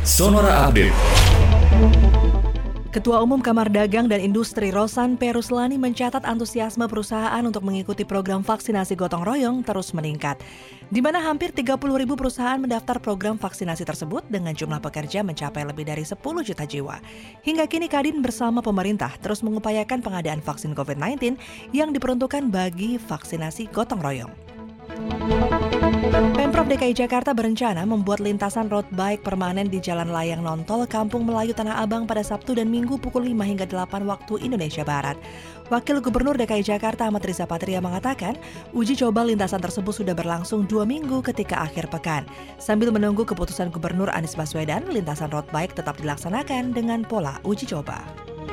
Sonora Update. Ketua Umum Kamar Dagang dan Industri Rosan P. Ruslani mencatat antusiasme perusahaan untuk mengikuti program vaksinasi gotong royong terus meningkat, di mana hampir 30.000 perusahaan mendaftar program vaksinasi tersebut dengan jumlah pekerja mencapai lebih dari 10 juta jiwa. Hingga kini Kadin bersama pemerintah terus mengupayakan pengadaan vaksin COVID-19 yang diperuntukkan bagi vaksinasi gotong royong. Pemprov DKI Jakarta berencana membuat lintasan road bike permanen di Jalan Layang Nontol Kampung Melayu Tanah Abang pada Sabtu dan Minggu pukul 5 hingga 8 waktu Indonesia Barat. Wakil Gubernur DKI Jakarta Ahmad Riza Patria mengatakan, uji coba lintasan tersebut sudah berlangsung 2 minggu ketika akhir pekan. Sambil menunggu keputusan Gubernur Anies Baswedan, lintasan road bike tetap dilaksanakan dengan pola uji coba.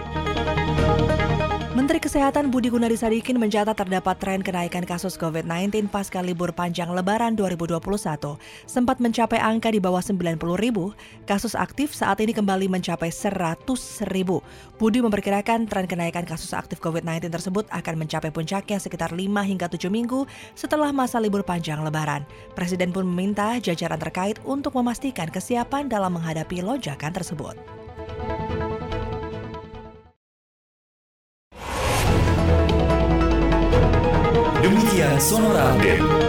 Menteri Kesehatan Budi Gunadi Sadikin mencatat terdapat tren kenaikan kasus COVID-19 pasca libur panjang Lebaran 2021. Sempat mencapai angka di bawah 90.000, kasus aktif saat ini kembali mencapai 100.000. Budi memperkirakan tren kenaikan kasus aktif COVID-19 tersebut akan mencapai puncaknya sekitar 5 hingga 7 minggu setelah masa libur panjang Lebaran. Presiden pun meminta jajaran terkait untuk memastikan kesiapan dalam menghadapi lonjakan tersebut. Demikian Sonora Update.